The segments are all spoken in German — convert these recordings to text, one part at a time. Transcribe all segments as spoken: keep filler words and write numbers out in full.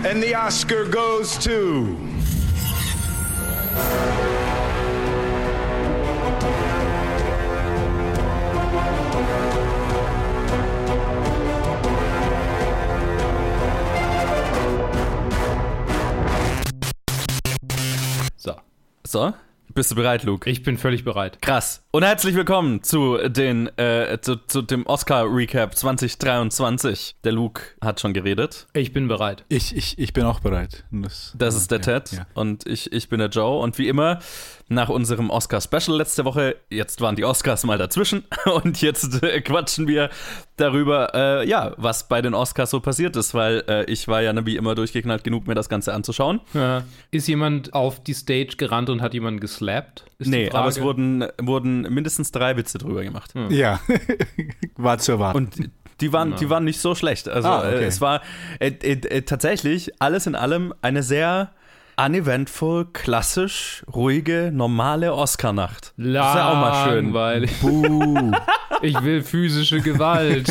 And the Oscar goes to... So. So? Bist du bereit, Luke? Ich bin völlig bereit. Krass. Und herzlich willkommen zu, den, äh, zu, zu dem Oscar-Recap zwanzig dreiundzwanzig. Der Luke hat schon geredet. Ich bin bereit. Ich, ich, ich bin auch bereit. Das, das ist der ja, Ted ja. und ich, ich bin der Joe. Und wie immer, nach unserem Oscar-Special letzte Woche, jetzt waren die Oscars mal dazwischen und jetzt äh, quatschen wir darüber, äh, ja, was bei den Oscars so passiert ist, weil äh, ich war ja wie immer durchgeknallt genug, mir das Ganze anzuschauen. Ja. Ist jemand auf die Stage gerannt und hat jemanden geslappt? Ist nee, aber es wurden, wurden mindestens drei Witze drüber gemacht. Hm. Ja, war zu erwarten. Und die waren, die waren nicht so schlecht. Also ah, okay. äh, es war äh, äh, tatsächlich alles in allem eine sehr uneventful, klassisch, ruhige, normale Oscar-Nacht. Das ist ja auch mal schön, weil Buh. Ich will physische Gewalt.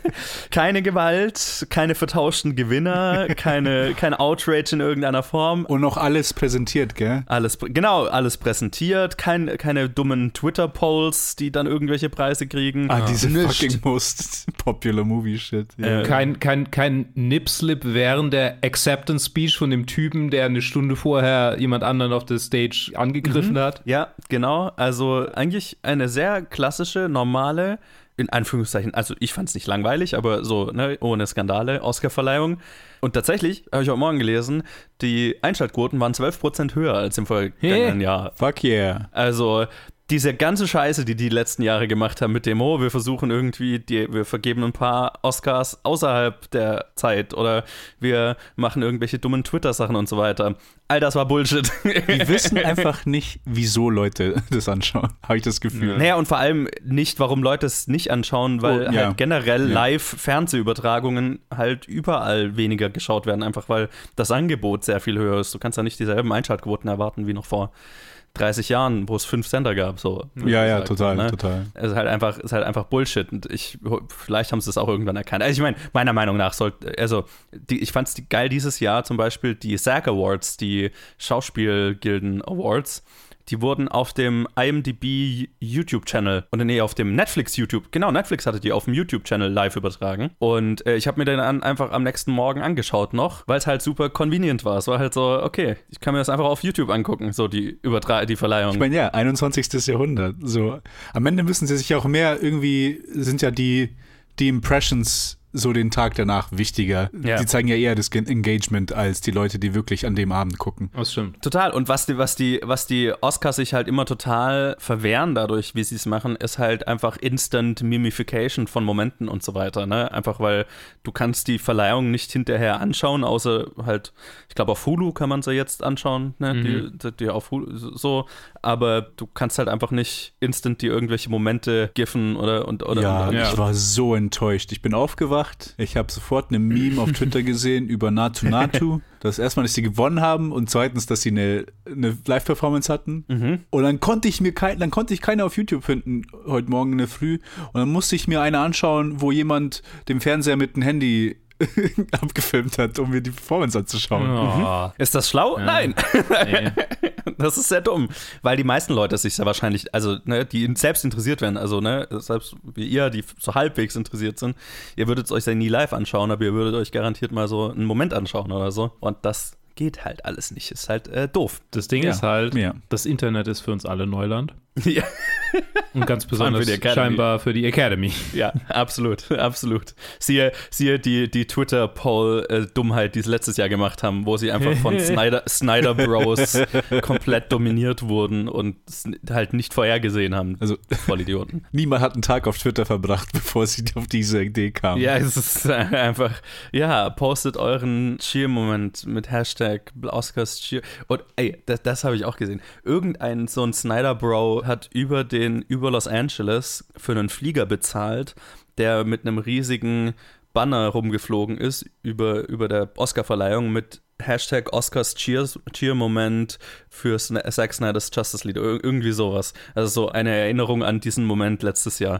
Keine Gewalt, keine vertauschten Gewinner, keine, kein Outrage in irgendeiner Form. Und noch alles präsentiert, gell? Alles, genau, alles präsentiert, kein, keine dummen Twitter-Polls, die dann irgendwelche Preise kriegen. Ah, ja. diese Nicht. fucking most popular movie shit. Ja. Äh, kein, kein, kein Nip-Slip während der Acceptance-Speech von dem Typen, der eine Stunde vorher jemand anderen auf der Stage angegriffen mhm. hat. Ja, genau. Also eigentlich eine sehr klassische, normale, in Anführungszeichen, also ich fand es nicht langweilig, aber so, ne, ohne Skandale, Oscarverleihung. Und tatsächlich, habe ich heute Morgen gelesen, die Einschaltquoten waren zwölf Prozent höher als im vergangenen hey. Jahr. Fuck yeah. Also diese ganze Scheiße, die die letzten Jahre gemacht haben mit dem, oh, wir versuchen irgendwie, die, wir vergeben ein paar Oscars außerhalb der Zeit oder wir machen irgendwelche dummen Twitter-Sachen und so weiter. All das war Bullshit. Die wissen einfach nicht, wieso Leute das anschauen, habe ich das Gefühl. Naja, und vor allem nicht, warum Leute es nicht anschauen, weil oh, ja. halt generell ja. Live-Fernsehübertragungen halt überall weniger geschaut werden, einfach weil das Angebot sehr viel höher ist. Du kannst ja nicht dieselben Einschaltquoten erwarten wie noch vor dreißig Jahren, wo es fünf Sender gab. So, ja, ja, gesagt, total, ne? total. Es ist halt einfach, ist halt einfach Bullshit. Und ich, vielleicht haben sie es auch irgendwann erkannt. Also ich meine, meiner Meinung nach sollte, also die, ich fand es geil dieses Jahr zum Beispiel die SAG Awards, die Schauspielgilden Awards. Die wurden auf dem I M D B YouTube-Channel, oder nee, auf dem Netflix-YouTube, genau, Netflix hatte die auf dem YouTube-Channel live übertragen. Und äh, ich habe mir den an, einfach am nächsten Morgen angeschaut noch, weil es halt super convenient war. Es war halt so, okay, ich kann mir das einfach auf YouTube angucken, so die, Übertra- die Verleihung. Ich meine, ja, einundzwanzigstes Jahrhundert. So, am Ende müssen sie sich auch mehr, irgendwie sind ja die, die Impressions so den Tag danach wichtiger. Ja. Die zeigen ja eher das Engagement als die Leute, die wirklich an dem Abend gucken. Das stimmt. Total. Und was die, was die, was die Oscars sich halt immer total verwehren dadurch, wie sie es machen, ist halt einfach Instant Mimification von Momenten und so weiter. Ne? Einfach weil du kannst die Verleihung nicht hinterher anschauen, außer halt, ich glaube auf Hulu kann man sie jetzt anschauen, ne? Mhm. die, die, die auf Hulu so, aber du kannst halt einfach nicht instant die irgendwelche Momente giffen oder und oder Ja, und, ja. ich war so enttäuscht. Ich bin aufgewacht. Ich habe sofort eine Meme auf Twitter gesehen über Natu Natu. Das erstmal, dass sie gewonnen haben und zweitens, dass sie eine, eine Live-Performance hatten. Mhm. Und dann konnte ich mir kein, dann konnte ich keine auf YouTube finden heute Morgen in der Früh. Und dann musste ich mir eine anschauen, wo jemand den Fernseher mit dem Handy abgefilmt hat, um mir die Performance anzuschauen. Oh. Ist das schlau? Ja. Nein. Nee. Das ist sehr dumm, weil die meisten Leute sich ja wahrscheinlich, also ne, die selbst interessiert werden, also ne, selbst wie ihr, die so halbwegs interessiert sind, ihr würdet es euch ja nie live anschauen, aber ihr würdet euch garantiert mal so einen Moment anschauen oder so. Und das geht halt alles nicht, ist halt äh, doof. Das Ding Ja. ist halt, Ja. das Internet ist für uns alle Neuland. Ja. Und ganz Vor allem für besonders die Academy. scheinbar für die Academy. Ja, absolut, absolut. Siehe, siehe die, die Twitter-Poll-Dummheit, die sie letztes Jahr gemacht haben, wo sie einfach von Snyder, Snyder Bros komplett dominiert wurden und es halt nicht vorhergesehen haben. Also Vollidioten. niemand hat einen Tag auf Twitter verbracht, bevor sie auf diese Idee kamen. Ja, es ist einfach, ja, postet euren Cheer-Moment mit Hashtag Oscars Cheer. Und ey, das, das habe ich auch gesehen. Irgendein so ein Snyder-Bro hat über den, über Los Angeles für einen Flieger bezahlt, der mit einem riesigen Banner rumgeflogen ist über, über der Oscar-Verleihung mit Hashtag Oscars Cheers, Cheer-Moment für Zack Snyder's Justice League, Ir- irgendwie sowas. Also so eine Erinnerung an diesen Moment letztes Jahr.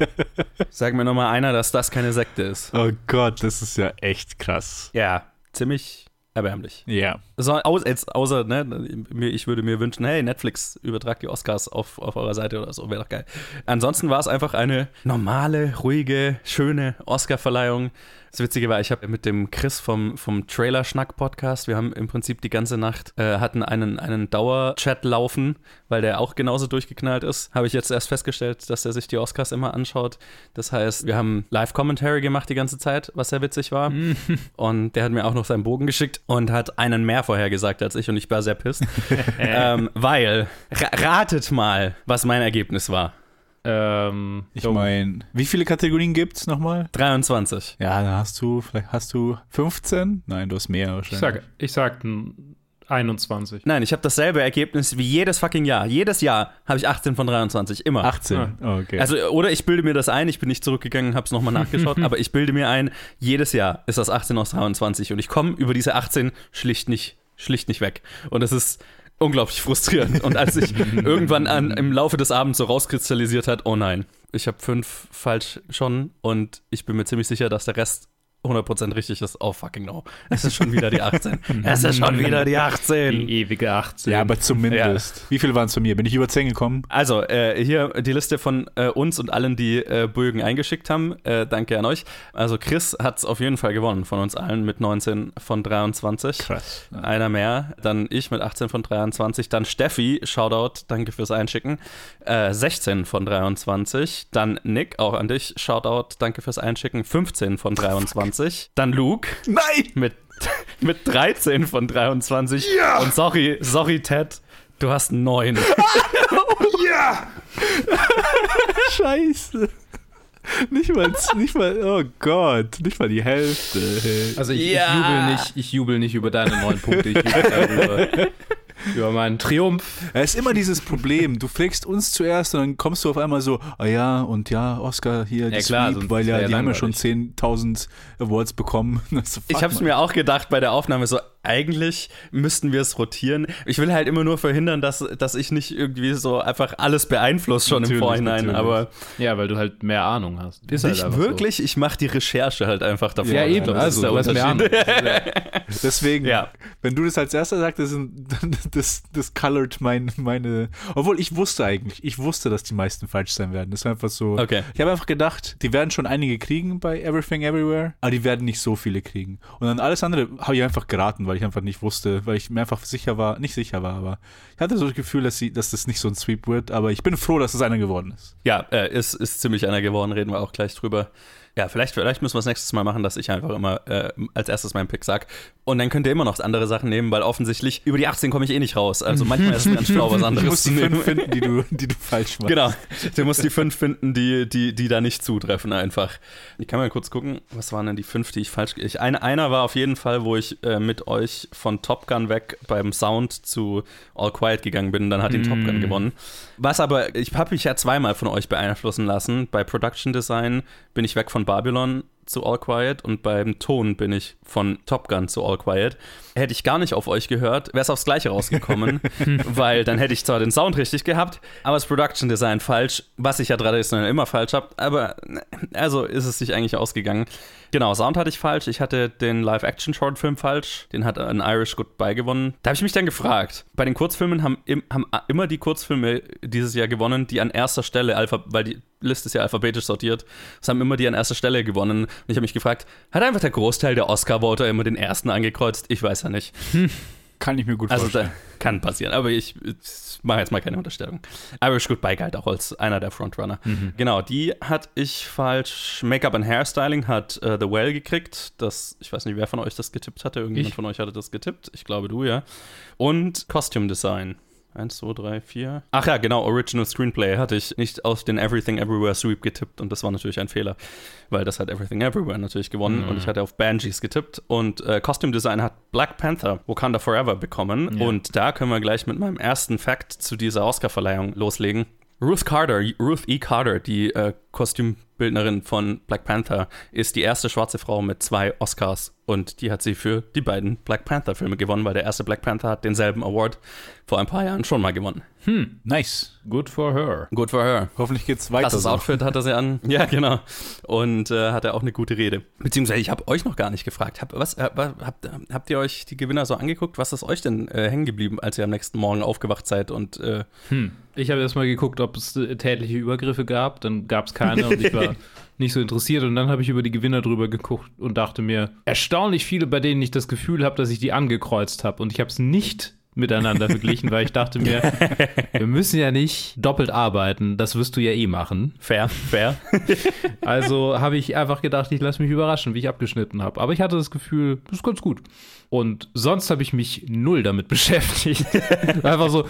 Sag mir nochmal einer, dass das keine Sekte ist. Oh Gott, das ist ja echt krass. Ja, ziemlich, erbärmlich. Ja. So, au, jetzt, außer, ne, ich würde mir wünschen, hey, Netflix, übertragt die Oscars auf, auf eurer Seite oder so, wäre doch geil. Ansonsten war es einfach eine normale, ruhige, schöne Oscar-Verleihung. Das Witzige war, ich habe mit dem Chris vom, vom Trailer-Schnack-Podcast, wir haben im Prinzip die ganze Nacht, äh, hatten einen, einen Dauer-Chat laufen, weil der auch genauso durchgeknallt ist. Habe ich jetzt erst festgestellt, dass er sich die Oscars immer anschaut. Das heißt, wir haben Live-Commentary gemacht die ganze Zeit, was sehr witzig war. Und der hat mir auch noch seinen Bogen geschickt und hat einen mehr vorhergesagt als ich und ich war sehr pisst. ähm, weil, ra- ratet mal, was mein Ergebnis war. Ähm, Ich meine, wie viele Kategorien gibt's nochmal? dreiundzwanzig. Ja, dann hast du, vielleicht hast du fünfzehn? Nein, du hast mehr ich wahrscheinlich. sag, ich sag n- einundzwanzig. Nein, ich habe dasselbe Ergebnis wie jedes fucking Jahr. Jedes Jahr habe ich achtzehn von dreiundzwanzig, immer. achtzehn, oh, okay. Also, oder ich bilde mir das ein, ich bin nicht zurückgegangen, habe es nochmal nachgeschaut, aber ich bilde mir ein, jedes Jahr ist das achtzehn aus dreiundzwanzig und ich komme über diese achtzehn schlicht nicht, schlicht nicht weg. Und das ist unglaublich frustrierend. Und als sich irgendwann an, im Laufe des Abends so rauskristallisiert hat, oh nein, ich habe fünf falsch schon und ich bin mir ziemlich sicher, dass der Rest hundert Prozent richtig ist. Oh fucking no. Es ist schon wieder die achtzehn. Es ist schon wieder die achtzehn. Die ewige achtzehn. ja, aber zumindest. Ja. Wie viele waren es von mir? Bin ich über zehn gekommen? Also, äh, hier die Liste von äh, uns und allen, die äh, Bögen eingeschickt haben. Äh, danke an euch. Also, Chris hat es auf jeden Fall gewonnen von uns allen mit neunzehn von dreiundzwanzig. Krass. Ja. Einer mehr. Dann ich mit achtzehn von dreiundzwanzig. Dann Steffi, Shoutout, danke fürs Einschicken. Äh, sechzehn von dreiundzwanzig. Dann Nick, auch an dich, Shoutout, danke fürs Einschicken. fünfzehn von dreiundzwanzig. Dann Luke. Nein! Mit, mit dreizehn von dreiundzwanzig. Ja! Und sorry, sorry, Ted, du hast neun. Ja! Scheiße. Nicht mal, nicht mal, oh Gott, nicht mal die Hälfte. Also ich, Ja. ich jubel nicht, ich jubel nicht über deine neun Punkte, ich jubel darüber. Über meinen Triumph. Es ist immer dieses Problem, du fragst uns zuerst und dann kommst du auf einmal so, ah ja, und ja, Oscar hier, Ja, die klar, Sweep, sonst weil ja, wär ja die haben ja schon langweilig. zehntausend Awards bekommen. So, fuck, Ich habe es Mann. mir auch gedacht bei der Aufnahme, so eigentlich müssten wir es rotieren. Ich will halt immer nur verhindern, dass, dass ich nicht irgendwie so einfach alles beeinflusst schon Natürlich, im Vorhinein, natürlich. aber Ja, weil du halt mehr Ahnung hast. Ist halt nicht einfach wirklich, ich mache die Recherche halt einfach davor. So. Ja, eben, Das ist also der du hast mehr Ahnung. Unterschied. Deswegen, Ja. wenn du das als erster sagst, das, das, das colored mein, meine. Obwohl ich wusste eigentlich, ich wusste, dass die meisten falsch sein werden. Das war einfach so. Okay. Ich habe einfach gedacht, die werden schon einige kriegen bei Everything Everywhere, aber die werden nicht so viele kriegen. Und dann alles andere habe ich einfach geraten, weil ich einfach nicht wusste, weil ich mir einfach sicher war, nicht sicher war, aber ich hatte so das Gefühl, dass, sie, dass das nicht so ein Sweep wird, aber ich bin froh, dass es einer geworden ist. Ja, äh, ist, ist ziemlich einer geworden, reden wir auch gleich drüber. Ja, vielleicht, vielleicht müssen wir das nächstes Mal machen, dass ich einfach immer äh, als erstes meinen Pick sag. Und dann könnt ihr immer noch andere Sachen nehmen, weil offensichtlich über die achtzehn komme ich eh nicht raus. Also manchmal ist es ganz schlau, was Du anderes musst zu die nehmen. fünf finden, die du, die du falsch machst. Genau, du musst die fünf finden, die, die, die da nicht zutreffen einfach. Ich kann mal kurz gucken, was waren denn die fünf, die ich falsch... Ich, ein, einer war auf jeden Fall, wo ich äh, mit euch von Top Gun weg beim Sound zu All Quiet gegangen bin, dann hat ihn mm. Top Gun gewonnen. Was aber, ich habe mich ja zweimal von euch beeinflussen lassen. Bei Production Design bin ich weg von Babylon zu All Quiet und beim Ton bin ich von Top Gun zu All Quiet. Hätte ich gar nicht auf euch gehört, wäre es aufs Gleiche rausgekommen, weil dann hätte ich zwar den Sound richtig gehabt, aber das Production Design falsch, was ich ja traditionell immer falsch habe, aber also ist es sich eigentlich ausgegangen. Genau, Sound hatte ich falsch, ich hatte den Live-Action-Short-Film falsch, den hat ein Irish Goodbye gewonnen. Da habe ich mich dann gefragt, bei den Kurzfilmen haben, im, haben immer die Kurzfilme dieses Jahr gewonnen, die an erster Stelle, Alpha, weil die Liste ist ja alphabetisch sortiert, es haben immer die an erster Stelle gewonnen. Und ich habe mich gefragt, hat einfach der Großteil der Oscar-Voter immer den ersten angekreuzt? Ich weiß ja nicht. Kann ich mir gut Also vorstellen. da kann passieren, aber ich, ich mache jetzt mal keine Unterstellung. Irish Goodbye galt auch als einer der Frontrunner. Mhm. Genau, die hatte ich falsch. Make-up and Hairstyling hat uh, The Well gekriegt. Das, ich weiß nicht, wer von euch das getippt hatte. Irgendjemand Ich. von euch hatte das getippt. Ich glaube, du, ja. Und Costume Design. Eins, zwei, drei, vier. Ach ja, genau, Original Screenplay hatte ich nicht auf den Everything Everywhere Sweep getippt und das war natürlich ein Fehler, weil das hat Everything Everywhere natürlich gewonnen Mhm. und ich hatte auf Banshees getippt und äh, Costume Design hat Black Panther Wakanda Forever bekommen Ja. und da können wir gleich mit meinem ersten Fact zu dieser Oscar-Verleihung loslegen. Ruth Carter, Ruth E. Carter, die äh, Kostümbildnerin von Black Panther, ist die erste schwarze Frau mit zwei Oscars. Und die hat sie für die beiden Black Panther-Filme gewonnen, weil der erste Black Panther hat denselben Award vor ein paar Jahren schon mal gewonnen. Hm, Nice. good for her. Good for her. Hoffentlich geht's weiter. Krasses so. Outfit hatte sie an. Ja, genau. Und äh, hatte auch eine gute Rede. Beziehungsweise, ich habe euch noch gar nicht gefragt. Hab, was, äh, habt, habt ihr euch die Gewinner so angeguckt? Was ist euch denn äh, hängen geblieben, als ihr am nächsten Morgen aufgewacht seid? Und äh, Hm. Ich habe erst mal geguckt, ob es äh, tätliche Übergriffe gab. Dann gab es keine und ich war nicht so interessiert. Und dann habe ich über die Gewinner drüber geguckt und dachte mir, erstaunlich viele, bei denen ich das Gefühl habe, dass ich die angekreuzt habe. Und ich habe es nicht miteinander verglichen, weil ich dachte mir, wir müssen ja nicht doppelt arbeiten, das wirst du ja eh machen. fair, fair. Also habe ich einfach gedacht, ich lasse mich überraschen, wie ich abgeschnitten habe. Aber ich hatte das Gefühl, das ist ganz gut. Und sonst habe ich mich null damit beschäftigt. Einfach so,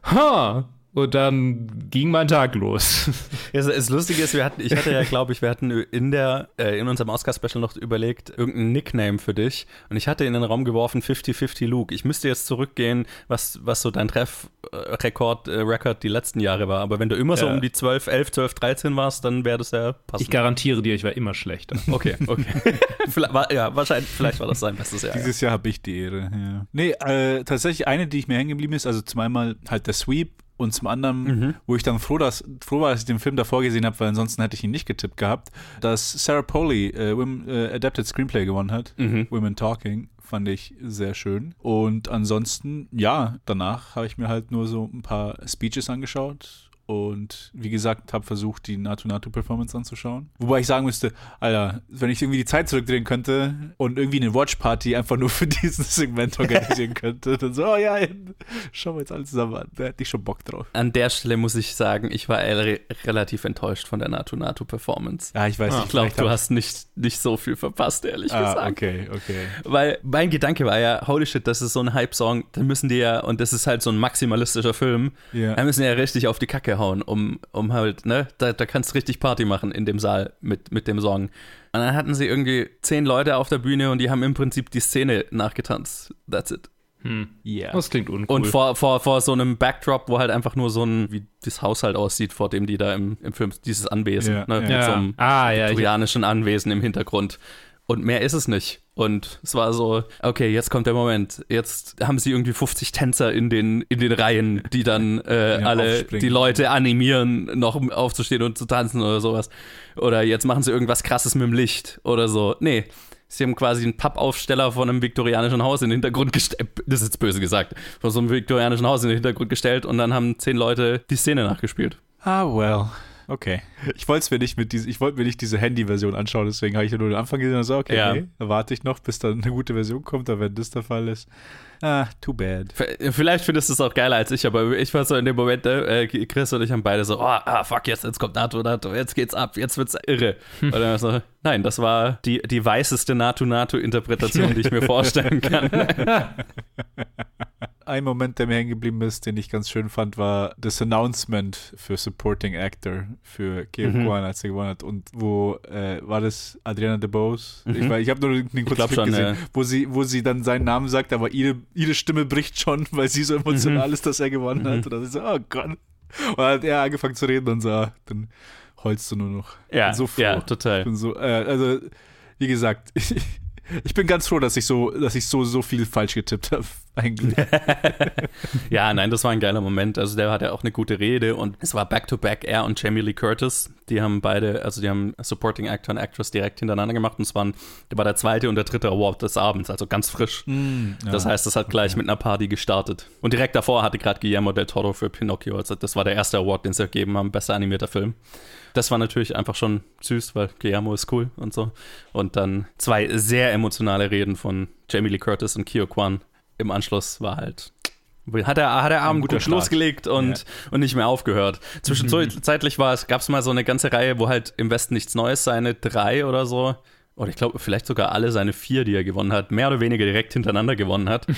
ha, und dann ging mein Tag los. Das, das Lustige ist, wir hatten, ich hatte ja, glaube ich, wir hatten in der äh, in unserem Oscar-Special noch überlegt, irgendeinen Nickname für dich. Und ich hatte in den Raum geworfen fifty fifty Luke. Ich müsste jetzt zurückgehen, was, was so dein Treffrekord äh, Record die letzten Jahre war. Aber wenn du immer so Ja. um die zwölf, elf, zwölf, dreizehn warst, dann wäre das ja passend. Ich garantiere dir, ich war immer schlechter. Okay, okay. vielleicht, war, ja, wahrscheinlich, vielleicht war das sein bestes Jahr. Dieses Jahr habe ich die Ehre, ja. Nee, äh, tatsächlich eine, die ich mir hängen geblieben ist, also zweimal halt der Sweep und zum anderen, Mhm. wo ich dann froh, dass, froh war, dass ich den Film davor gesehen habe, weil ansonsten hätte ich ihn nicht getippt gehabt, dass Sarah Polley äh, Women, äh, Adapted Screenplay gewonnen hat. Mhm. Women Talking, fand ich sehr schön. Und ansonsten, ja, danach habe ich mir halt nur so ein paar Speeches angeschaut. Und wie gesagt, habe versucht, die Natu-Natu-Performance anzuschauen. Wobei ich sagen müsste, Alter, wenn ich irgendwie die Zeit zurückdrehen könnte und irgendwie eine Watch-Party einfach nur für dieses Segment organisieren könnte, dann so, oh ja, schauen wir jetzt alles zusammen an. Da hätte ich schon Bock drauf. An der Stelle muss ich sagen, ich war re- relativ enttäuscht von der Natu-Natu-Performance. Ja, ich weiß Ich nicht. glaube, vielleicht du hab- hast nicht, nicht so viel verpasst, ehrlich Ah, gesagt. okay, okay. Weil mein Gedanke war ja, holy shit, das ist so ein Hype-Song, dann müssen die ja, und das ist halt so ein maximalistischer Film, Ja. dann müssen die ja richtig auf die Kacke hauen, um, um halt, ne, da, da kannst du richtig Party machen in dem Saal mit, mit dem Song. Und dann hatten sie irgendwie zehn Leute auf der Bühne und die haben im Prinzip die Szene nachgetanzt. That's it. Hm. Ja. Das klingt uncool. Und vor, vor, vor so einem Backdrop, wo halt einfach nur so ein, wie das Haus halt aussieht, vor dem die da im, im Film, dieses Anwesen, Ja, ne, ja. mit ja. so einem ah, ja, ich, viktorianischen Anwesen im Hintergrund. Und mehr ist es nicht. Und es war so, okay, jetzt kommt der Moment. Jetzt haben sie irgendwie fünfzig Tänzer in den, in den Reihen, die dann äh, Ja, alle aufspringen. die Leute animieren, noch aufzustehen und zu tanzen oder sowas. Oder jetzt machen sie irgendwas Krasses mit dem Licht oder so. Nee, sie haben quasi einen Pappaufsteller von einem viktorianischen Haus in den Hintergrund gestellt. Das ist jetzt böse gesagt. Von so einem viktorianischen Haus in den Hintergrund gestellt und dann haben zehn Leute die Szene nachgespielt. Ah, well. Okay. Ich wollte mir nicht mit diese, ich wollte mir nicht diese Handy-Version anschauen, deswegen habe ich ja nur den Anfang gesehen und so, okay, Ja. nee, da warte ich noch, bis dann eine gute Version kommt, aber wenn das der Fall ist, ah, too bad. V- Vielleicht findest du es auch geiler als ich, aber ich war so in dem Moment, äh, Chris und ich haben beide so, oh, ah, fuck, jetzt, jetzt kommt Natu, Natu, jetzt geht's ab, jetzt wird's irre. Und dann war ich so, nein, das war die, die weißeste Natu-Natu-Interpretation, die ich mir vorstellen kann. Ein Moment, der mir hängen geblieben ist, den ich ganz schön fand, war das Announcement für Supporting Actor für Keo Mhm. Kwan, als er gewonnen hat. Und wo äh, war das Adriana DeBose? Mhm. Ich, war- ich habe nur den kurzen glaub Clip schon, gesehen, ja. wo, sie, wo sie dann seinen Namen sagt, aber ihre, ihre Stimme bricht schon, weil sie so emotional Mhm. ist, dass er gewonnen Mhm. hat. Und dann ist so, oh Gott. Und dann hat er angefangen zu reden und so, ah, dann heulst du nur noch. Ja, bin so froh. ja, Ich total. bin so, äh, also, wie gesagt, ich, ich bin ganz froh, dass ich so, dass ich so, so viel falsch getippt habe, eigentlich. Ja, nein, das war ein geiler Moment. Also der hatte auch eine gute Rede und es war back-to-back er und Jamie Lee Curtis. Die haben beide, also die haben Supporting Actor und Actress direkt hintereinander gemacht und es waren, der war der zweite und der dritte Award des Abends, also ganz frisch. Das Ja. heißt, das hat gleich mit einer Party gestartet. Und direkt davor hatte gerade Guillermo del Toro für Pinocchio, also das war der erste Award, den sie gegeben haben, bester animierter Film. Das war natürlich einfach schon süß, weil Guillermo ist cool und so. Und dann zwei sehr emotionale Reden von Jamie Lee Curtis und Keo Kwan. Im Anschluss war halt, hat der, hat der Abend guter gut Start. losgelegt und, und nicht mehr aufgehört. Zwischenzeitlich war es, gab es mal so eine ganze Reihe, wo halt im Westen nichts Neues, seine drei oder so, oder ich glaube vielleicht sogar alle seine vier, die er gewonnen hat, mehr oder weniger direkt hintereinander gewonnen hat,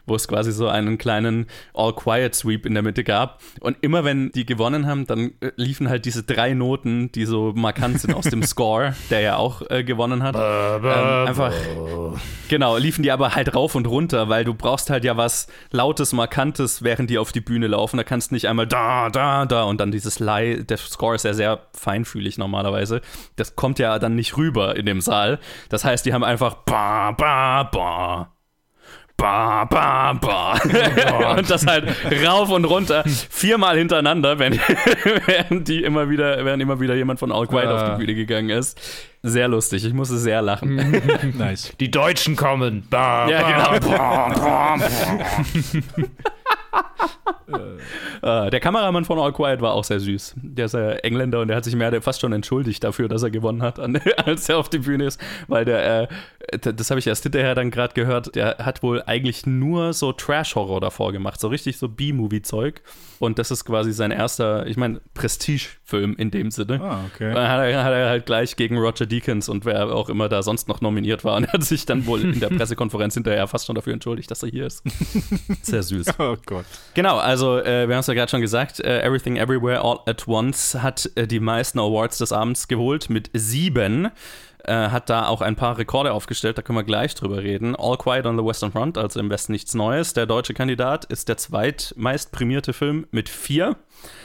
wo es quasi so einen kleinen All-Quiet-Sweep in der Mitte gab. Und immer wenn die gewonnen haben, dann äh, liefen halt diese drei Noten, die so markant sind aus dem Score, der ja auch äh, gewonnen hat. Ähm, einfach, genau, liefen die aber halt rauf und runter, weil du brauchst halt ja was Lautes, Markantes, während die auf die Bühne laufen. Da kannst du nicht einmal da, da, da und dann dieses Lei, der Score ist ja sehr feinfühlig normalerweise. Das kommt ja dann nicht rüber in dem Saal. Das heißt, die haben einfach ba, ba, ba. Ba, ba, ba. Oh und das halt rauf und runter, viermal hintereinander, wenn, während, die immer wieder, während immer wieder jemand von All Quiet uh. auf die Bühne gegangen ist. Sehr lustig, ich musste sehr lachen. Nice. Die Deutschen kommen. Ba, ja, ba, genau. Ba, ba, ba. Uh, der Kameramann von All Quiet war auch sehr süß. Der ist ja Engländer und der hat sich mehr fast schon entschuldigt dafür, dass er gewonnen hat, als er auf die Bühne ist, weil der, äh, das habe ich erst hinterher dann gerade gehört, der hat wohl eigentlich nur so Trash-Horror davor gemacht, so richtig so B-Movie-Zeug und das ist quasi sein erster, ich meine, Prestige-Film in dem Sinne. Ah, okay. Dann hat er, hat er halt gleich gegen Roger Deakins und wer auch immer da sonst noch nominiert war und er hat sich dann wohl in der Pressekonferenz hinterher fast schon dafür entschuldigt, dass er hier ist. Sehr süß. Oh Gott. Genau, also äh, wir haben es ja gerade schon gesagt, äh, Everything Everywhere All at Once hat äh, die meisten Awards des Abends geholt mit sieben. Äh, hat da auch ein paar Rekorde aufgestellt, da können wir gleich drüber reden. All Quiet on the Western Front, also im Westen nichts Neues. Der deutsche Kandidat ist der zweitmeist prämierte Film mit vier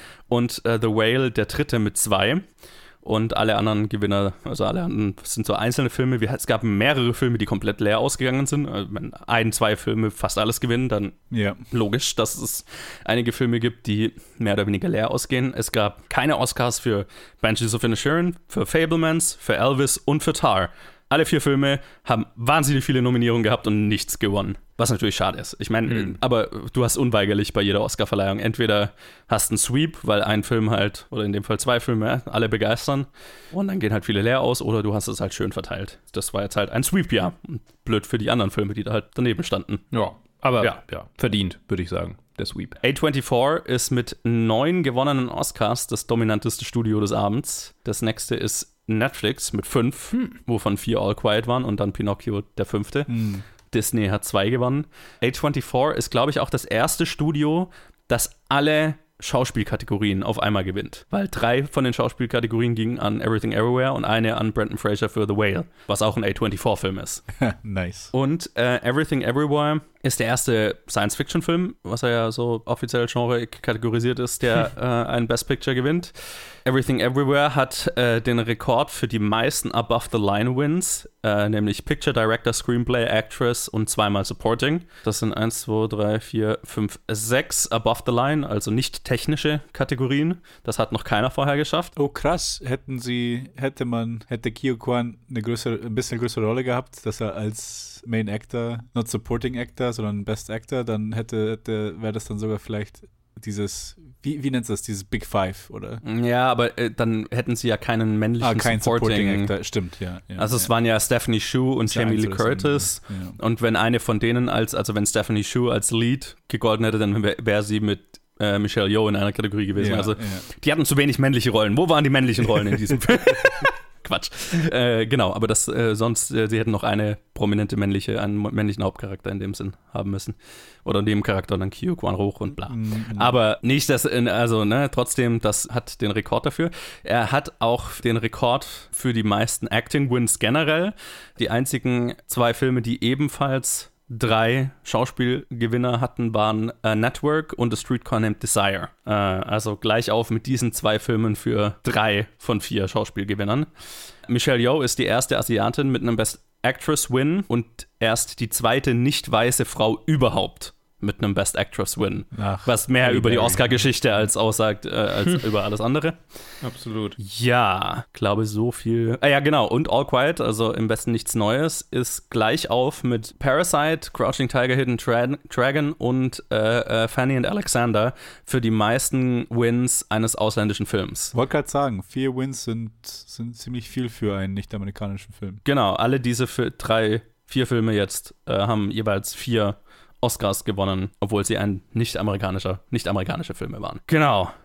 und äh, The Whale der dritte mit zwei. Und alle anderen Gewinner, also alle anderen, das sind so einzelne Filme. Es gab mehrere Filme, die komplett leer ausgegangen sind. Wenn ein, zwei Filme fast alles gewinnen, dann ja. logisch, dass es einige Filme gibt, die mehr oder weniger leer ausgehen. Es gab keine Oscars für Banshees of Inisherin, für Fabelmans, für Elvis und für Tar. Alle vier Filme haben wahnsinnig viele Nominierungen gehabt und nichts gewonnen. Was natürlich schade ist. Ich meine, mhm. aber du hast unweigerlich bei jeder Oscarverleihung entweder hast einen Sweep, weil ein Film halt, oder in dem Fall zwei Filme, alle begeistern und dann gehen halt viele leer aus oder du hast es halt schön verteilt. Das war jetzt halt ein Sweep-Jahr. Blöd für die anderen Filme, die da halt daneben standen. Ja, aber ja, ja verdient, würde ich sagen, der Sweep. A vierundzwanzig ist mit neun gewonnenen Oscars das dominanteste Studio des Abends. Das nächste ist Netflix mit fünf, hm. wovon vier All Quiet waren und dann Pinocchio der fünfte. Hm. Disney hat zwei gewonnen. A vierundzwanzig ist, glaube ich, auch das erste Studio, das alle Schauspielkategorien auf einmal gewinnt. Weil drei von den Schauspielkategorien gingen an Everything Everywhere und eine an Brendan Fraser für The Whale, was auch ein A vierundzwanzig-Film ist. Nice. Und äh, Everything Everywhere ist der erste Science-Fiction-Film, was er ja so offiziell Genre kategorisiert ist, der äh, einen Best Picture gewinnt. Everything Everywhere hat äh, den Rekord für die meisten Above-the-Line-Wins, äh, nämlich Picture, Director, Screenplay, Actress und zweimal Supporting. Das sind eins, zwei, drei, vier, fünf, sechs Above-the-Line, also nicht technische Kategorien. Das hat noch keiner vorher geschafft. Oh krass, hätten sie, hätte man, hätte Ke Huy Quan eine größere, ein bisschen größere Rolle gehabt, dass er als Main Actor, not Supporting Actor, sondern Best Actor, dann hätte, hätte wäre das dann sogar vielleicht dieses, wie, wie nennt das, dieses Big Five, oder? Ja, aber äh, dann hätten sie ja keinen männlichen ah, kein Supporting. Supporting Actor, stimmt, ja. ja also es ja. waren ja Stephanie Hsu und Jamie Lee Curtis ja. und wenn eine von denen als, also wenn Stephanie Hsu als Lead gegolten hätte, dann wäre wär sie mit äh, Michelle Yeoh in einer Kategorie gewesen. Ja, also ja. die hatten zu wenig männliche Rollen. Wo waren die männlichen Rollen in diesem Film? Quatsch. Äh, genau, aber das äh, sonst, äh, sie hätten noch eine prominente männliche, einen männlichen Hauptcharakter in dem Sinn haben müssen. Oder Nebencharakter, dann Ke Huy Quan hoch und bla. Mhm. Aber nicht, dass, also, ne, trotzdem, das hat den Rekord dafür. Er hat auch den Rekord für die meisten Acting-Wins generell. Die einzigen zwei Filme, die ebenfalls drei Schauspielgewinner hatten, waren äh, Network und A Streetcar Named Desire. Äh, also gleich auf mit diesen zwei Filmen für drei von vier Schauspielgewinnern. Michelle Yeoh ist die erste Asiatin mit einem Best Actress Win und erst die zweite nicht weiße Frau überhaupt mit einem Best Actress Win. Ach, was mehr über die Oscar-Geschichte als aussagt, äh, als über alles andere. Absolut. Ja, glaube so viel. Ah ja, genau. Und All Quiet, also im Westen nichts Neues, ist gleich auf mit Parasite, Crouching Tiger, Hidden Tra- Dragon und äh, äh, Fanny and Alexander für die meisten Wins eines ausländischen Films. Wollte gerade sagen, vier Wins sind, sind ziemlich viel für einen nicht-amerikanischen Film. Genau, alle diese für drei, vier Filme jetzt äh, haben jeweils vier Oscars gewonnen, obwohl sie ein nicht-amerikanischer, nicht-amerikanische Filme waren. Genau.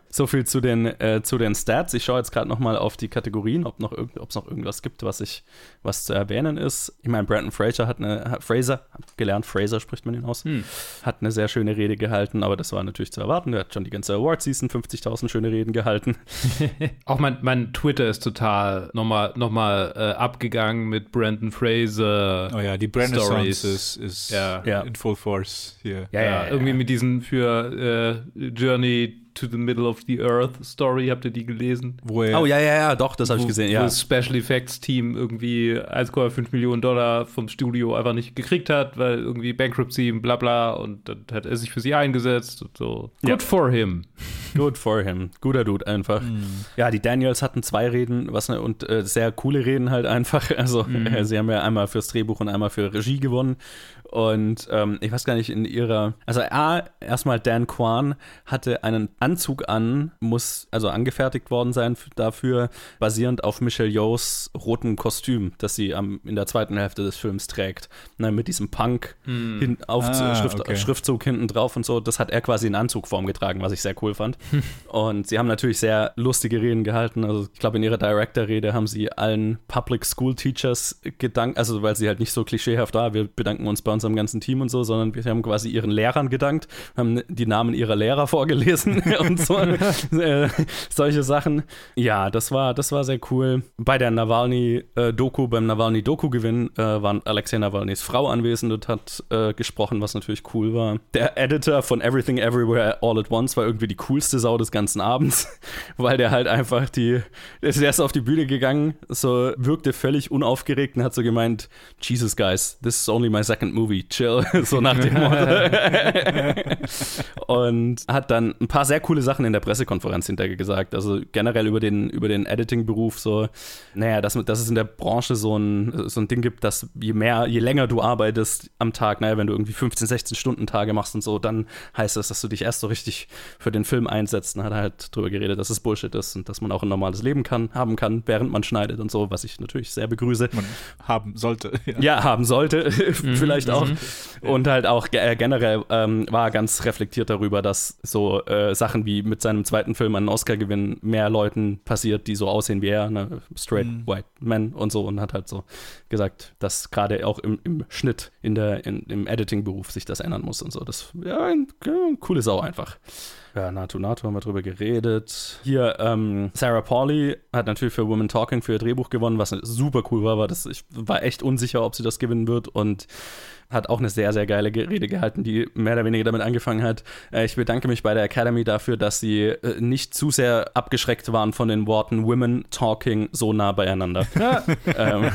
so viel zu den, äh, zu den Stats. Ich schaue jetzt gerade nochmal auf die Kategorien, ob noch es noch irgendwas gibt, was ich, was zu erwähnen ist. Ich meine, Brendan Fraser hat eine, hat Fraser, gelernt, Fraser spricht man ihn aus, hm. hat eine sehr schöne Rede gehalten, aber das war natürlich zu erwarten. Er hat schon die ganze Award-Season fünfzigtausend schöne Reden gehalten. Auch mein, mein Twitter ist total nochmal noch mal, äh, abgegangen mit Brendan Fraser. Oh ja, die Renaissance ist, ist ja. in full force hier. Ja, ja, ja, irgendwie mit diesen für äh, Journey to the Middle of the Earth Story, habt ihr die gelesen? Wo er, oh ja, ja, ja, doch, das habe ich gesehen, ja. Wo das Special Effects Team irgendwie eins Komma fünf Millionen Dollar vom Studio einfach nicht gekriegt hat, weil irgendwie Bankruptcy und bla bla und dann hat er sich für sie eingesetzt und so. Good ja. for him. Good for him. Guter Dude einfach. Mm. Ja, die Daniels hatten zwei Reden was ne, und äh, sehr coole Reden halt einfach. Also mm. äh, sie haben ja einmal fürs Drehbuch und einmal für Regie gewonnen. Und ähm, ich weiß gar nicht, in ihrer, also A, erstmal Dan Kwan hatte einen Anzug an, muss also angefertigt worden sein f- dafür, basierend auf Michelle Yeohs roten Kostüm, das sie am, in der zweiten Hälfte des Films trägt. Na, mit diesem Punk hm. hin, auf, ah, Schrift, okay. Schriftzug hinten drauf und so, das hat er quasi in Anzugform getragen, was ich sehr cool fand. Und sie haben natürlich sehr lustige Reden gehalten, also ich glaube in ihrer Director-Rede haben sie allen Public School Teachers gedankt, also weil sie halt nicht so klischeehaft war, wir bedanken uns bei unserem ganzen Team und so, sondern wir haben quasi ihren Lehrern gedankt, haben die Namen ihrer Lehrer vorgelesen und so äh, solche Sachen. Ja, das war, das war sehr cool. Bei der Nawalny-Doku, beim Nawalny-Doku-Gewinn äh, war Alexei Nawalnys Frau anwesend und hat äh, gesprochen, was natürlich cool war. Der Editor von Everything Everywhere All at Once war irgendwie die coolste Sau des ganzen Abends, weil der halt einfach die, der ist erst auf die Bühne gegangen, so wirkte völlig unaufgeregt und hat so gemeint, Jesus guys, this is only my second movie, chill, so nach dem Motto. Und hat dann ein paar sehr coole Sachen in der Pressekonferenz hinterher gesagt, also generell über den, über den Editing-Beruf, so, naja, dass, dass es in der Branche so ein, so ein Ding gibt, dass je mehr, je länger du arbeitest am Tag, naja, wenn du irgendwie fünfzehn, sechzehn Stunden Tage machst und so, dann heißt das, dass du dich erst so richtig für den Film einsetzt. Und hat er halt drüber geredet, dass es Bullshit ist und dass man auch ein normales Leben kann, haben kann, während man schneidet und so, was ich natürlich sehr begrüße. Man haben sollte. Ja, ja haben sollte, vielleicht auch. Und halt auch äh, generell ähm, war ganz reflektiert darüber, dass so äh, Sachen wie mit seinem zweiten Film einen Oscar gewinnen mehr Leuten passiert, die so aussehen wie er, ne? Straight mm. White Men und so, und hat halt so gesagt, dass gerade auch im, im Schnitt, in der, in, im Editing-Beruf sich das ändern muss und so. Das ja, ein, ein coole Sau einfach. Ja, Nato Nato haben wir drüber geredet. Hier, ähm, Sarah Pauli hat natürlich für Women Talking für ihr Drehbuch gewonnen, was super cool war, weil das, ich war echt unsicher, ob sie das gewinnen wird, und hat auch eine sehr, sehr geile Rede gehalten, die mehr oder weniger damit angefangen hat. Äh, ich bedanke mich bei der Academy dafür, dass sie äh, nicht zu sehr abgeschreckt waren von den Worten Women Talking so nah beieinander. ähm,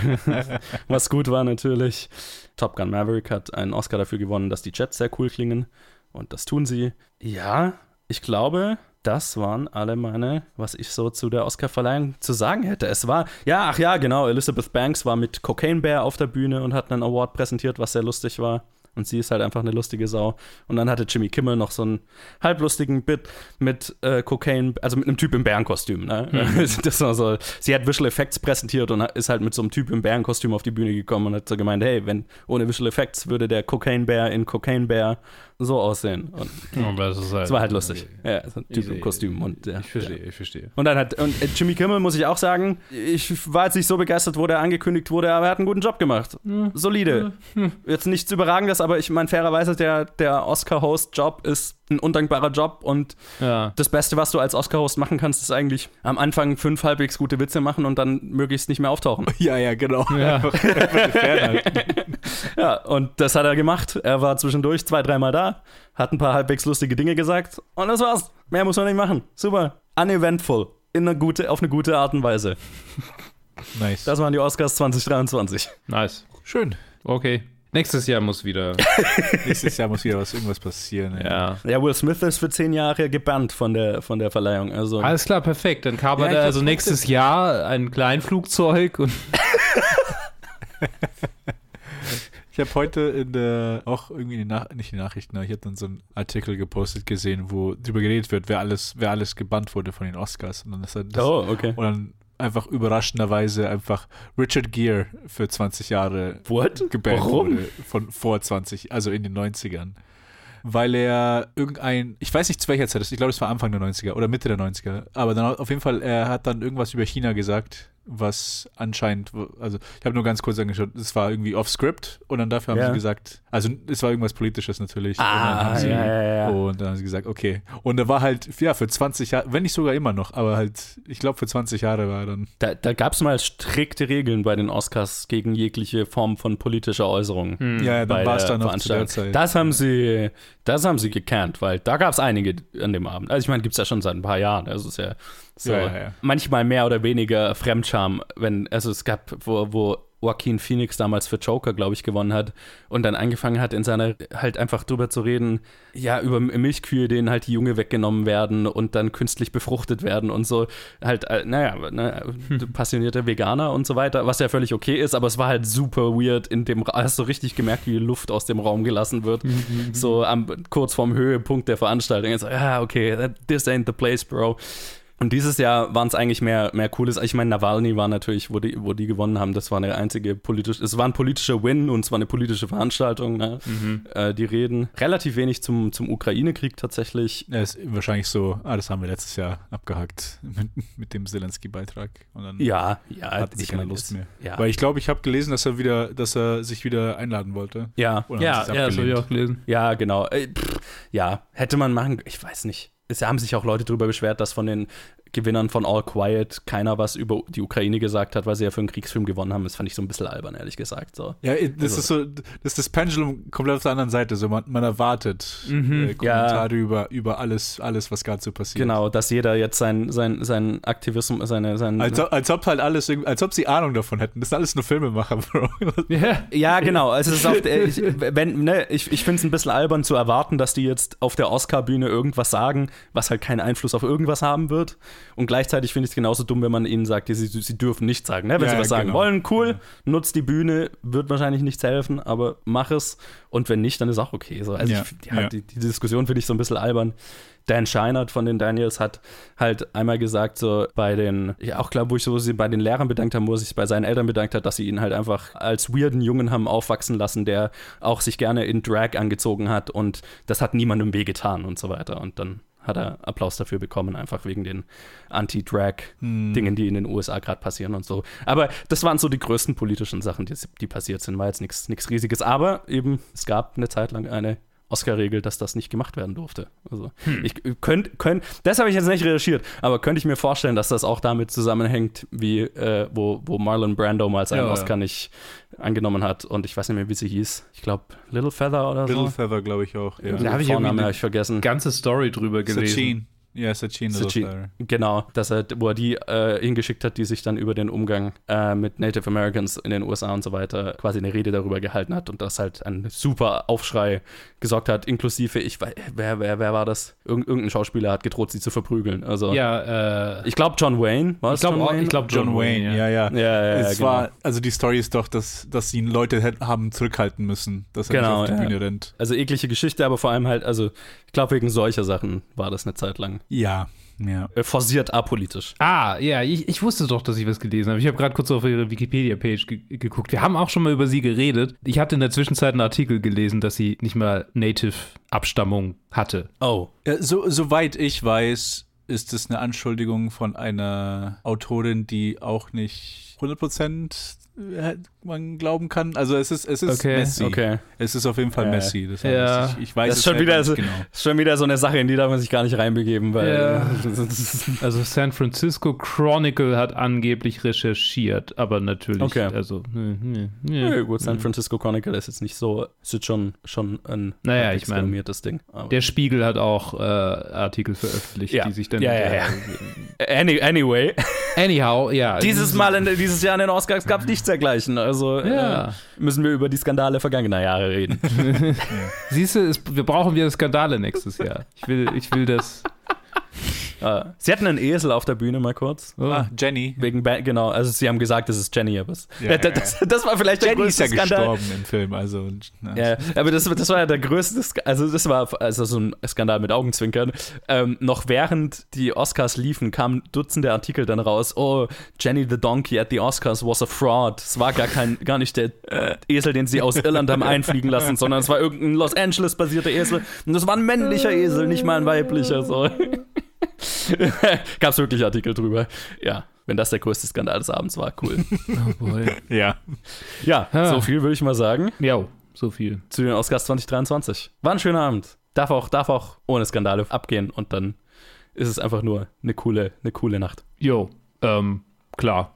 was gut war natürlich. Top Gun Maverick hat einen Oscar dafür gewonnen, dass die Jets sehr cool klingen. Und das tun sie. Ja, ich glaube, das waren alle meine, was ich so zu der Oscarverleihung zu sagen hätte. Es war, ja, ach ja, genau, Elizabeth Banks war mit Cocaine Bear auf der Bühne und hat einen Award präsentiert, was sehr lustig war. Und sie ist halt einfach eine lustige Sau. Und dann hatte Jimmy Kimmel noch so einen halblustigen Bit mit äh, Cocaine, also mit einem Typ im Bärenkostüm. Ne? Mhm. Das war so, sie hat Visual Effects präsentiert und ist halt mit so einem Typ im Bärenkostüm auf die Bühne gekommen und hat so gemeint, hey, wenn ohne Visual Effects würde der Cocaine Bear in Cocaine Bear so aussehen. Und oh, das, ist halt, das war halt lustig. Okay. Ja, so ein Typ im Kostüm. Und, ja, ich verstehe, ja. ich verstehe. Und dann hat, und Jimmy Kimmel, muss ich auch sagen, ich war jetzt nicht so begeistert, wo der angekündigt wurde, aber er hat einen guten Job gemacht. Hm. Solide. Hm. Jetzt nichts Überragendes, aber ich meine, fairerweise, der, der Oscar-Host-Job ist ein undankbarer Job, und ja. das Beste, was du als Oscar-Host machen kannst, ist eigentlich am Anfang fünf halbwegs gute Witze machen und dann möglichst nicht mehr auftauchen. Ja, ja, genau. Ja. Einfach, einfach ja, und das hat er gemacht. Er war zwischendurch zwei, dreimal da, hat ein paar halbwegs lustige Dinge gesagt und das war's. Mehr muss man nicht machen. Super. Uneventful. In eine gute, auf eine gute Art und Weise. Nice. Das waren die Oscars zwanzig dreiundzwanzig. Nice. Schön. Okay. Nächstes Jahr muss wieder. Nächstes Jahr muss wieder was, irgendwas passieren. Ja. ja, Will Smith ist für zehn Jahre gebannt von der, von der Verleihung. Also. Alles klar, perfekt. Dann kabert ja, er also nächstes Jahr ein Kleinflugzeug und. Ich habe heute in der, auch irgendwie in Nach- nicht die Nachrichten, aber ich habe dann so einen Artikel gepostet gesehen, wo drüber geredet wird, wer alles, wer alles gebannt wurde von den Oscars. Und dann ist das, oh, okay. Und dann einfach überraschenderweise einfach Richard Gere für zwanzig Jahre What? gebannt Warum? wurde von vor zwanzig, also in den neunzigern. weil er irgendein, ich weiß nicht zu welcher Zeit das ist, ich glaube, das war Anfang der neunziger oder Mitte der neunziger, aber dann auf jeden Fall, er hat dann irgendwas über China gesagt, was anscheinend, also ich habe nur ganz kurz angeschaut, es war irgendwie off-script und dann dafür haben Ja. sie gesagt, also es war irgendwas Politisches natürlich. Ah, und dann haben sie, ja, ja, ja. Und dann haben sie gesagt, okay. Und er war halt, ja, für zwanzig Jahre, wenn nicht sogar immer noch, aber halt, ich glaube für zwanzig Jahre war er dann. Da, da gab es mal strikte Regeln bei den Oscars gegen jegliche Form von politischer Äußerung. Hm. Ja, ja, bei dann war es der dann noch zu der Veranstaltung. Zeit. Das haben sie, das haben sie gekannt, weil da gab es einige an dem Abend. Also ich meine, gibt es ja schon seit ein paar Jahren. Also es ist ja so Ja, ja, ja. manchmal mehr oder weniger Fremdscham, wenn, also es gab, wo, wo Joaquin Phoenix damals für Joker, glaube ich, gewonnen hat und dann angefangen hat, in seiner, halt einfach drüber zu reden, ja, über Milchkühe, denen halt die Junge weggenommen werden und dann künstlich befruchtet werden und so, halt, äh, naja, naja passionierter Veganer und so weiter, was ja völlig okay ist, aber es war halt super weird in dem, hast du richtig gemerkt, wie Luft aus dem Raum gelassen wird, so am, kurz vorm Höhepunkt der Veranstaltung, und so, ja, okay, that, this ain't the place, bro. Und dieses Jahr waren es eigentlich mehr, mehr Cooles. Ich meine, Nawalny war natürlich, wo die, wo die gewonnen haben, das war eine einzige politische, es war ein politischer Win und es war eine politische Veranstaltung, ne? Mhm. Äh, die Reden. Relativ wenig zum, zum Ukraine-Krieg tatsächlich. Ja, ist wahrscheinlich so, ah, das haben wir letztes Jahr abgehakt mit, mit dem Zelensky-Beitrag. Und dann Ja, ja. hatten sie ich keine meine, Lust es- mehr. Ja. Weil ich glaube, ich habe gelesen, dass er wieder, dass er sich wieder einladen wollte. Ja, Oder Ja, haben sie es ja, das habe ich abgelehnt? auch gelesen. ja, genau. Äh, pff, ja, hätte man machen, ich weiß nicht. Es haben sich auch Leute darüber beschwert, dass von den Gewinnern von All Quiet keiner was über die Ukraine gesagt hat, weil sie ja für einen Kriegsfilm gewonnen haben. Das fand ich so ein bisschen albern, ehrlich gesagt. So. Ja, das Also- ist so, das ist das Pendulum komplett auf der anderen Seite. So, man, man erwartet Mhm. äh, Kommentare über, über alles, alles, was gerade so passiert. Genau, dass jeder jetzt sein, sein, sein Aktivismus, seine, sein, Als, ob- als ob halt alles, irgendwie- als ob sie Ahnung davon hätten. Das sind alles nur Filmemacher, Bro. Ja. Ja, genau. Also es ist auf, äh, ich, wenn, ne, ich, ich finde es ein bisschen albern zu erwarten, dass die jetzt auf der Oscar-Bühne irgendwas sagen, was halt keinen Einfluss auf irgendwas haben wird. Und gleichzeitig finde ich es genauso dumm, wenn man ihnen sagt, sie, sie dürfen nichts sagen. Ne? Wenn Ja, sie was ja, sagen genau. wollen, cool, nutzt die Bühne, wird wahrscheinlich nichts helfen, aber mach es. Und wenn nicht, dann ist auch okay. So. Also Ja, ich, ja, ja. Die, die Diskussion finde ich so ein bisschen albern. Dan Scheinert von den Daniels hat halt einmal gesagt, so bei den, ja auch klar, wo ich so sie bei den Lehrern bedankt haben, wo er sich bei seinen Eltern bedankt hat, dass sie ihn halt einfach als weirden Jungen haben aufwachsen lassen, der auch sich gerne in Drag angezogen hat und das hat niemandem wehgetan und so weiter. Und dann hat er Applaus dafür bekommen, einfach wegen den Anti-Drag-Dingen, die in den U S A gerade passieren und so. Aber das waren so die größten politischen Sachen, die, die passiert sind. War jetzt nichts nichts Riesiges. Aber eben, es gab eine Zeit lang eine Oscar-Regel, dass das nicht gemacht werden durfte. Also ich könnte, könnt, das habe ich jetzt nicht recherchiert, aber könnte ich mir vorstellen, dass das auch damit zusammenhängt, wie äh, wo, wo Marlon Brando mal seinen Ja, ja. Oscar nicht angenommen hat und ich weiß nicht mehr, wie sie hieß. Ich glaube, Little Feather oder Little so. Feather, glaube ich auch. Ja. Da habe ich Vornamen irgendwie habe ich vergessen. ganze Story drüber gelesen. Sachin. Ja, Sachin Little Sachin. Feather. Genau, dass er, wo er die äh, hingeschickt hat, die sich dann über den Umgang äh, mit Native Americans in den U S A und so weiter quasi eine Rede darüber gehalten hat und das halt ein super Aufschrei gesorgt hat, inklusive, ich weiß, wer, wer, wer war das? Irgend, irgendein Schauspieler hat gedroht, sie zu verprügeln. Also Ja, äh, ich glaube John Wayne, war es ich glaube John auch, Wayne? ich glaube John, Wayne, ja, ja. Ja, ja, ja, es genau. war, also die Story ist doch, dass, dass ihn Leute hätt- haben zurückhalten müssen, dass er Genau, nicht auf die ja. Bühne rennt. Also eklige Geschichte, aber vor allem halt, also ich glaube wegen solcher Sachen war das eine Zeit lang Ja, ja. äh, forciert apolitisch. Ah, ja, ich, ich wusste doch, dass ich was gelesen habe. Ich habe gerade kurz auf ihre Wikipedia-Page ge geguckt. Wir haben auch schon mal über sie geredet. Ich hatte in der Zwischenzeit einen Artikel gelesen, dass sie nicht mal Native-Abstammung hatte. Oh. Ja, so, soweit ich weiß, ist es eine Anschuldigung von einer Autorin, die auch nicht hundert Prozent man glauben kann. Also es ist, es ist Okay, messy. Okay. Es ist auf jeden Fall Ja. messy. Das Ja. heißt, ich, ich weiß Das ist es schon selber wieder, nicht so, genau. ist schon wieder so eine Sache, in die darf man sich gar nicht reinbegeben, weil Ja. Also San Francisco Chronicle hat angeblich recherchiert, aber natürlich, Okay. also nee, nee, nee. Ja, gut, San Francisco Chronicle ist jetzt nicht so, ist jetzt schon, schon ein Naja, halbwegs ich mein, renommiertes Ding. Aber Der Spiegel hat auch äh, Artikel veröffentlicht, Ja. die sich dann Ja, ja, ja. Any, anyway, Anyhow, ja. dieses Mal, in, dieses Jahr in den Oscars gab es nichts dergleichen. Also Ja. äh, müssen wir über die Skandale vergangener Jahre reden. Siehst du, es, wir brauchen wieder Skandale nächstes Jahr. Ich will, ich will das. Äh, sie hatten einen Esel auf der Bühne mal kurz. Oh. Ah, Jenny. Wegen ba- genau, also sie haben gesagt, das ist Jenny, aber es, Ja, ja, das, das war vielleicht der Jenny ist größte ja Skandal. gestorben im Film, also. Na, Ja, aber das, das war ja der größte, Sk- also das war also so ein Skandal mit Augenzwinkern. Ähm, noch während die Oscars liefen, kamen Dutzende Artikel dann raus. Oh, Jenny the Donkey at the Oscars was a fraud. Es war gar kein, gar nicht der äh, Esel, den sie aus Irland haben einfliegen lassen, sondern es war irgendein Los Angeles basierter Esel. Und das war ein männlicher Esel, nicht mal ein weiblicher. So. Gab es wirklich Artikel drüber. Ja. Wenn das der größte Skandal des Abends war, cool. Oh boy. ja. Ja, Ah. so viel würde ich mal sagen Ja, so viel. zu den Oscars zwanzig dreiundzwanzig. War ein schöner Abend. Darf auch, darf auch ohne Skandale abgehen und dann ist es einfach nur eine coole, eine coole Nacht. Jo, ähm, klar.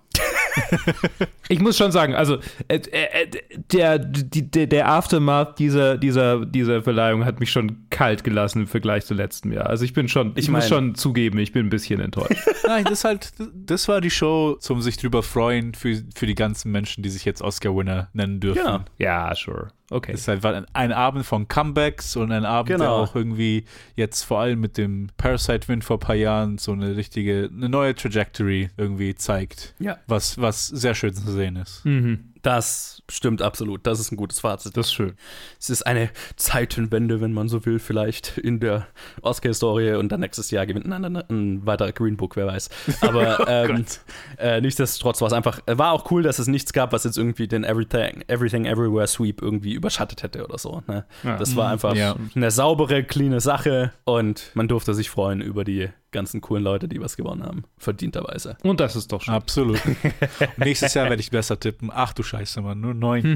Ich muss schon sagen, also äh, äh, der, die, der, der Aftermath dieser, dieser, dieser Verleihung hat mich schon kalt gelassen im Vergleich zu letztem Jahr. Also ich bin schon, ich, Ich muss mein- schon zugeben, ich bin ein bisschen enttäuscht. Nein, das ist halt, das war die Show zum sich drüber freuen für, für die ganzen Menschen, die sich jetzt Oscar-Winner nennen dürfen. Genau. Ja, sure. Okay. Es ist halt ein, ein Abend von Comebacks und ein Abend, der Genau. auch irgendwie jetzt vor allem mit dem Parasite-Win vor ein paar Jahren so eine richtige, eine neue Trajectory irgendwie zeigt. Ja. Was, was sehr schön zu sehen ist. Mhm. Das stimmt absolut. Das ist ein gutes Fazit. Das ist schön. Es ist eine Zeitenwende, wenn man so will, vielleicht in der Oscar-Historie und dann nächstes Jahr gewinnt ein, ein, ein weiterer Green Book, wer weiß. Aber ähm, äh, nichtsdestotrotz war es einfach, war auch cool, dass es nichts gab, was jetzt irgendwie den Everything, Everything Everywhere Sweep irgendwie überschattet hätte oder so. Ne? Ja. Das war einfach Ja. eine saubere, cleane Sache und man durfte sich freuen über die ganzen coolen Leute, die was gewonnen haben. Verdienterweise. Und das ist doch schön. Absolut. Nächstes Jahr werde ich besser tippen. Ach du Scheiße, Mann, nur neun.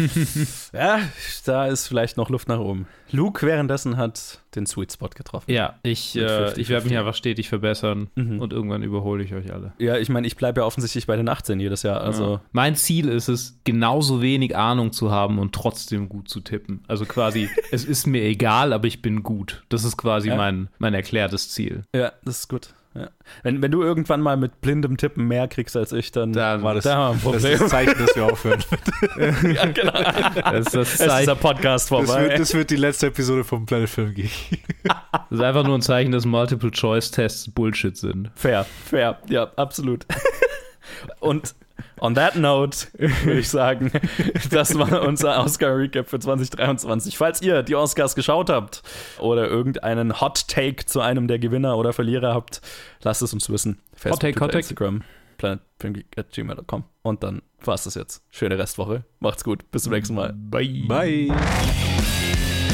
Ja, da ist vielleicht noch Luft nach oben. Luke währenddessen hat den Sweet Spot getroffen. Ja, ich, Mit äh, fünfzig, ich werde mich fünfzig. einfach stetig verbessern Mhm. und irgendwann überhole ich euch alle. Ja, ich meine, ich bleibe ja offensichtlich bei den achtzehn jedes Jahr. Also Ja. Mein Ziel ist es, genauso wenig Ahnung zu haben und trotzdem gut zu tippen. Also quasi, es ist mir egal, aber ich bin gut. Das ist quasi Ja. mein, mein erklärtes Ziel. ja, das ist gut. Ja. Wenn, wenn du irgendwann mal mit blindem Tippen mehr kriegst als ich, dann Dann War das, da haben wir ein das Problem. ist das Zeichen, dass wir aufhören. Ja, genau. Das ist, das Es ist der Zeichen, Podcast Das vorbei. wird, das wird die letzte Episode vom Planet Film Geek. das ist einfach nur ein Zeichen, dass Multiple-Choice-Tests Bullshit sind. Fair, fair, ja, absolut. Und on that note würde ich sagen, das war unser Oscar-Recap für zwanzig dreiundzwanzig. Falls ihr die Oscars geschaut habt oder irgendeinen Hot-Take zu einem der Gewinner oder Verlierer habt, lasst es uns wissen. Facebook, Hot Take, Twitter, Hot Take. Instagram, planetfilmgeek at gmail dot com. Und dann war's das jetzt. Schöne Restwoche. Macht's gut. Bis zum nächsten Mal. Bye. Bye.